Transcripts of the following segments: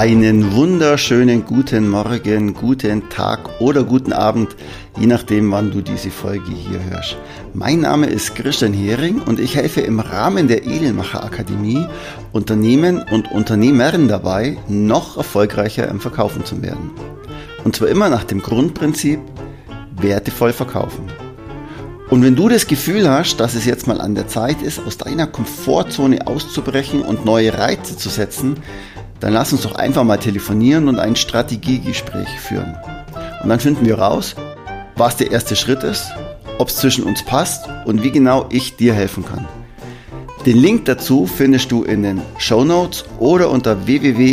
Einen wunderschönen guten Morgen, guten Tag oder guten Abend, je nachdem, wann du diese Folge hier hörst. Mein Name ist Christian Hering und ich helfe im Rahmen der Edelmacher Akademie Unternehmen und Unternehmern dabei, noch erfolgreicher im Verkaufen zu werden. Und zwar immer nach dem Grundprinzip, wertevoll verkaufen. Und wenn du das Gefühl hast, dass es jetzt mal an der Zeit ist, aus deiner Komfortzone auszubrechen und neue Reize zu setzen, dann lass uns doch einfach mal telefonieren und ein Strategiegespräch führen. Und dann finden wir raus, was der erste Schritt ist, ob es zwischen uns passt und wie genau ich dir helfen kann. Den Link dazu findest du in den Shownotes oder unter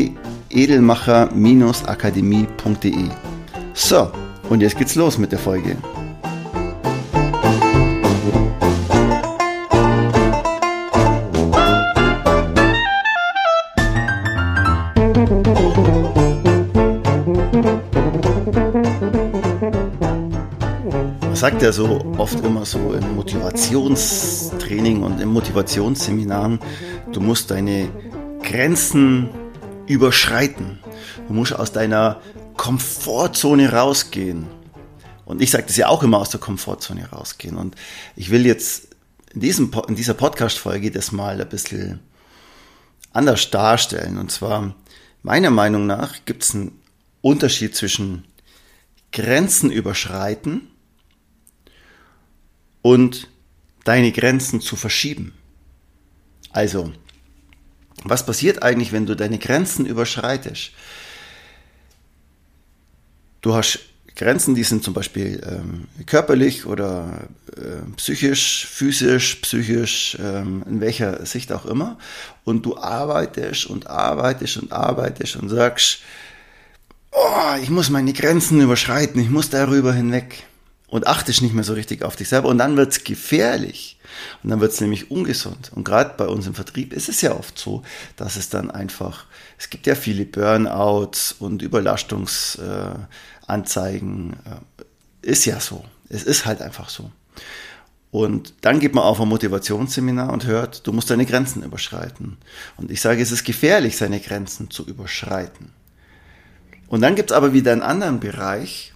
www.edelmacher-akademie.de. So, und jetzt geht's los mit der Folge. Sagt ja so oft immer so im Motivationstraining und im Motivationsseminaren, du musst deine Grenzen überschreiten. Du musst aus deiner Komfortzone rausgehen. Und ich sage das ja auch immer, aus der Komfortzone rausgehen. Und ich will jetzt in dieser Podcast-Folge das mal ein bisschen anders darstellen. Und zwar, meiner Meinung nach, gibt es einen Unterschied zwischen Grenzen überschreiten und deine Grenzen zu verschieben. Also, was passiert eigentlich, wenn du deine Grenzen überschreitest? Du hast Grenzen, die sind zum Beispiel körperlich oder psychisch, physisch, psychisch, in welcher Sicht auch immer. Und du arbeitest und sagst, oh, ich muss meine Grenzen überschreiten, ich muss darüber hinweg. Und achtest nicht mehr so richtig auf dich selber und dann wird's gefährlich und dann wird's nämlich ungesund. Und gerade bei uns im Vertrieb ist es ja oft so, dass es dann einfach, es gibt ja viele Burnouts und Überlastungsanzeigen, ist ja so, es ist halt einfach so. Und dann geht man auf ein Motivationsseminar und hört, du musst deine Grenzen überschreiten. Und ich sage, es ist gefährlich, seine Grenzen zu überschreiten. Und dann gibt's aber wieder einen anderen Bereich,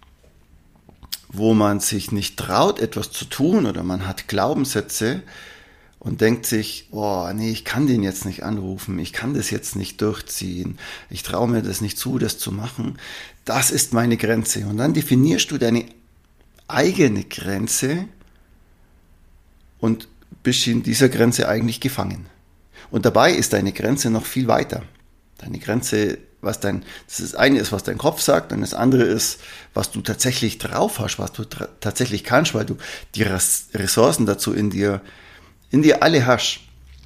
wo man sich nicht traut, etwas zu tun oder man hat Glaubenssätze und denkt sich, oh nee, ich kann den jetzt nicht anrufen, ich kann das jetzt nicht durchziehen, ich traue mir das nicht zu, das zu machen. Das ist meine Grenze. Und dann definierst du deine eigene Grenze und bist in dieser Grenze eigentlich gefangen. Und dabei ist deine Grenze noch viel weiter. Deine Grenze, das eine ist, was dein Kopf sagt, und das andere ist, was du tatsächlich drauf hast, was du tatsächlich kannst, weil du die Ressourcen dazu in dir alle hast.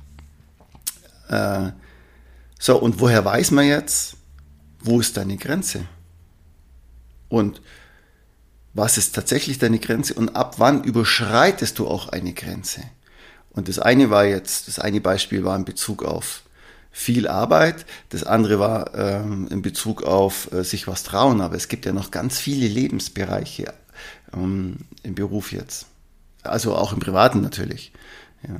So, und woher weiß man jetzt, wo ist deine Grenze? Und was ist tatsächlich deine Grenze? Und ab wann überschreitest du auch eine Grenze? Und das eine Beispiel war in Bezug auf viel Arbeit, das andere war in Bezug auf sich was trauen, aber es gibt ja noch ganz viele Lebensbereiche im Beruf jetzt, also auch im Privaten natürlich. Ja.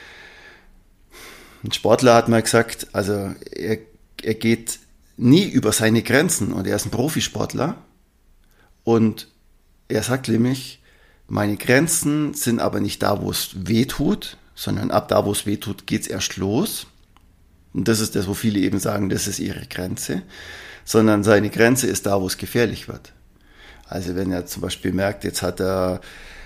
Ein Sportler hat mal gesagt, also er geht nie über seine Grenzen und er ist ein Profisportler und er sagt nämlich, meine Grenzen sind aber nicht da, wo es weh tut, sondern ab da, wo es weh tut, geht's erst los. Und das ist das, wo viele eben sagen, das ist ihre Grenze, sondern seine Grenze ist da, wo es gefährlich wird. Also wenn er zum Beispiel merkt, jetzt hat er,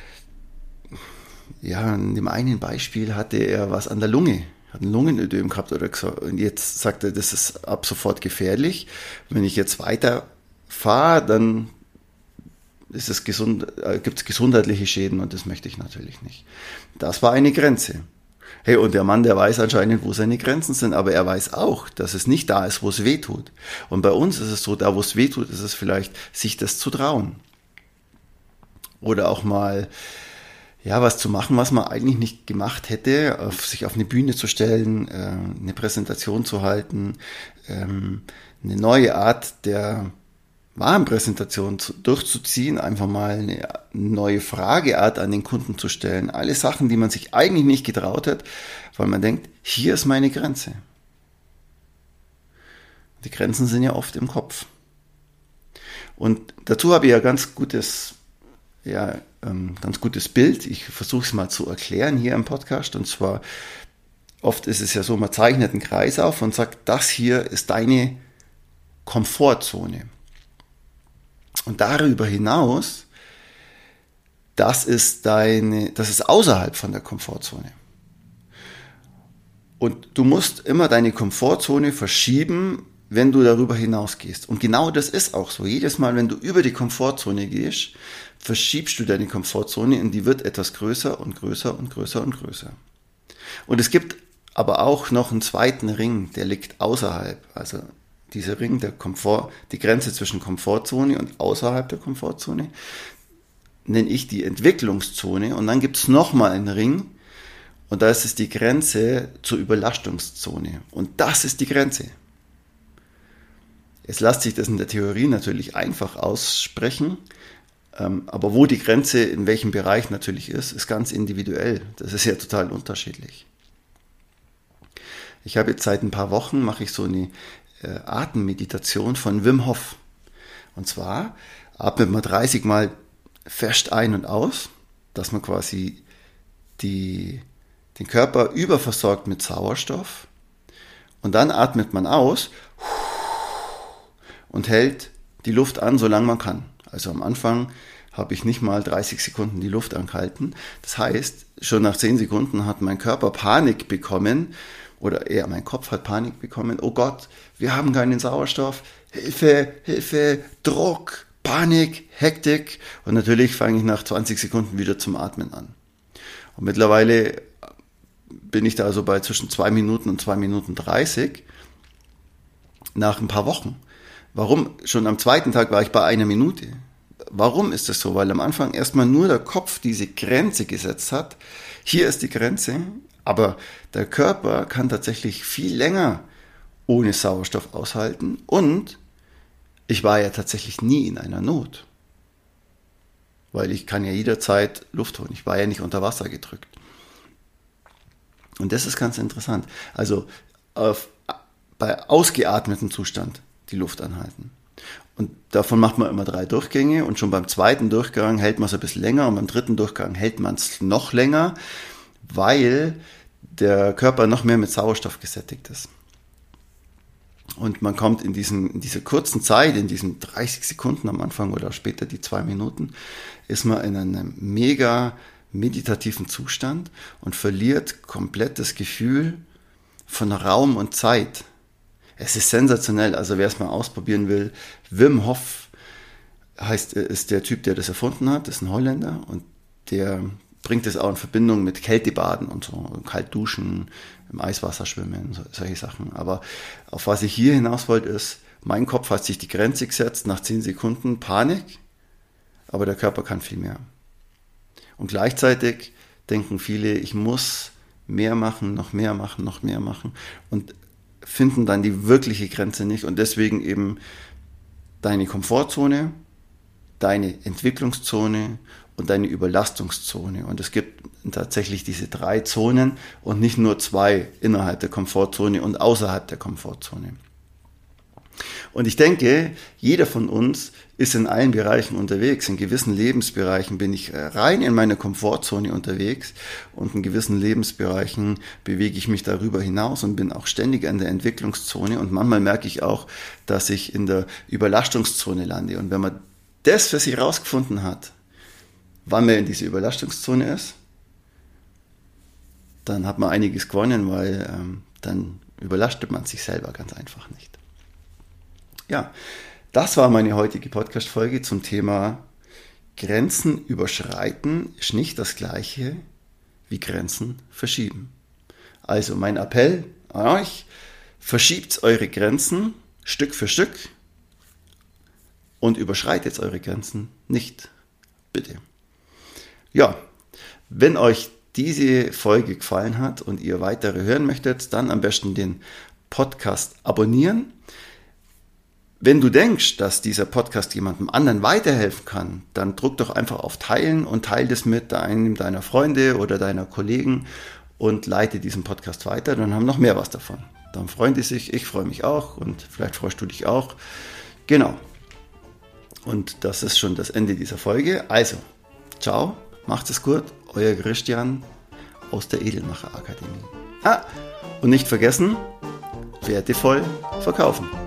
ja, in dem einen Beispiel hatte er was an der Lunge, hat ein Lungenödem gehabt oder so, und jetzt sagt er, das ist ab sofort gefährlich. Wenn ich jetzt weiter fahre, dann ist es gibt es gesundheitliche Schäden und das möchte ich natürlich nicht. Das war eine Grenze. Hey, und der Mann, der weiß anscheinend, wo seine Grenzen sind, aber er weiß auch, dass es nicht da ist, wo es weh tut. Und bei uns ist es so, da wo es weh tut, ist es vielleicht, sich das zu trauen. Oder auch mal, ja, was zu machen, was man eigentlich nicht gemacht hätte, sich auf eine Bühne zu stellen, eine Präsentation zu halten, eine neue Art der Warenpräsentation durchzuziehen, einfach mal eine neue Frageart an den Kunden zu stellen. Alle Sachen, die man sich eigentlich nicht getraut hat, weil man denkt, hier ist meine Grenze. Die Grenzen sind ja oft im Kopf. Und dazu habe ich ja ganz gutes Bild. Ich versuche es mal zu erklären hier im Podcast. Und zwar, oft ist es ja so, man zeichnet einen Kreis auf und sagt, das hier ist deine Komfortzone. Und darüber hinaus, das ist außerhalb von der Komfortzone. Und du musst immer deine Komfortzone verschieben, wenn du darüber hinausgehst. Und genau das ist auch so. Jedes Mal, wenn du über die Komfortzone gehst, verschiebst du deine Komfortzone und die wird etwas größer und größer und größer und größer. Und es gibt aber auch noch einen zweiten Ring, der liegt außerhalb. Also dieser Ring, die Grenze zwischen Komfortzone und außerhalb der Komfortzone, nenne ich die Entwicklungszone. Und dann gibt es nochmal einen Ring und da ist es die Grenze zur Überlastungszone. Und das ist die Grenze. Jetzt lässt sich das in der Theorie natürlich einfach aussprechen, aber wo die Grenze in welchem Bereich natürlich ist ganz individuell. Das ist ja total unterschiedlich. Ich habe jetzt seit ein paar Wochen, mache ich so eine Atemmeditation von Wim Hof. Und zwar atmet man 30 Mal fest ein und aus, dass man quasi den Körper überversorgt mit Sauerstoff. Und dann atmet man aus und hält die Luft an, solange man kann. Also am Anfang habe ich nicht mal 30 Sekunden die Luft angehalten. Das heißt, schon nach 10 Sekunden hat mein Körper Panik bekommen, oder eher mein Kopf hat Panik bekommen. Oh Gott, wir haben keinen Sauerstoff. Hilfe, Hilfe, Druck, Panik, Hektik. Und natürlich fange ich nach 20 Sekunden wieder zum Atmen an. Und mittlerweile bin ich da also bei zwischen 2 Minuten und 2 Minuten 30 nach ein paar Wochen. Warum? Schon am zweiten Tag war ich bei 1 Minute. Warum ist das so? Weil am Anfang erstmal nur der Kopf diese Grenze gesetzt hat. Hier ist die Grenze, aber der Körper kann tatsächlich viel länger ohne Sauerstoff aushalten und ich war ja tatsächlich nie in einer Not. Weil ich kann ja jederzeit Luft holen. Ich war ja nicht unter Wasser gedrückt. Und das ist ganz interessant. Also bei ausgeatmetem Zustand die Luft anhalten. Und davon macht man immer 3 Durchgänge und schon beim zweiten Durchgang hält man es ein bisschen länger und beim dritten Durchgang hält man es noch länger, weil der Körper noch mehr mit Sauerstoff gesättigt ist. Und man kommt in dieser kurzen Zeit, in diesen 30 Sekunden am Anfang oder später die 2 Minuten, ist man in einem mega meditativen Zustand und verliert komplett das Gefühl von Raum und Zeit. Es ist sensationell, also wer es mal ausprobieren will, Wim Hof ist der Typ, der das erfunden hat, das ist ein Holländer und der bringt es auch in Verbindung mit Kältebaden und so, kalt duschen, im Eiswasser schwimmen, solche Sachen. Aber auf was ich hier hinaus wollte ist, mein Kopf hat sich die Grenze gesetzt, nach 10 Sekunden Panik, aber der Körper kann viel mehr. Und gleichzeitig denken viele, ich muss mehr machen, noch mehr machen, noch mehr machen und finden dann die wirkliche Grenze nicht und deswegen eben deine Komfortzone, deine Entwicklungszone und deine Überlastungszone. Und es gibt tatsächlich diese 3 Zonen und nicht nur 2 innerhalb der Komfortzone und außerhalb der Komfortzone. Und ich denke, jeder von uns ist in allen Bereichen unterwegs. In gewissen Lebensbereichen bin ich rein in meiner Komfortzone unterwegs und in gewissen Lebensbereichen bewege ich mich darüber hinaus und bin auch ständig in der Entwicklungszone. Und manchmal merke ich auch, dass ich in der Überlastungszone lande. Und wenn man das für sich rausgefunden hat, wann man in dieser Überlastungszone ist, dann hat man einiges gewonnen, weil dann überlastet man sich selber ganz einfach nicht. Ja, das war meine heutige Podcast-Folge zum Thema Grenzen überschreiten ist nicht das Gleiche wie Grenzen verschieben. Also mein Appell an euch, verschiebt eure Grenzen Stück für Stück und überschreitet eure Grenzen nicht. Bitte. Ja, wenn euch diese Folge gefallen hat und ihr weitere hören möchtet, dann am besten den Podcast abonnieren. Wenn du denkst, dass dieser Podcast jemandem anderen weiterhelfen kann, dann drück doch einfach auf Teilen und teile das mit einem deiner Freunde oder deiner Kollegen und leite diesen Podcast weiter, dann haben noch mehr was davon. Dann freuen die sich, ich freue mich auch und vielleicht freust du dich auch. Genau. Und das ist schon das Ende dieser Folge. Also, ciao, macht es gut, euer Christian aus der Edelmacher Akademie. Und nicht vergessen, wertevoll verkaufen.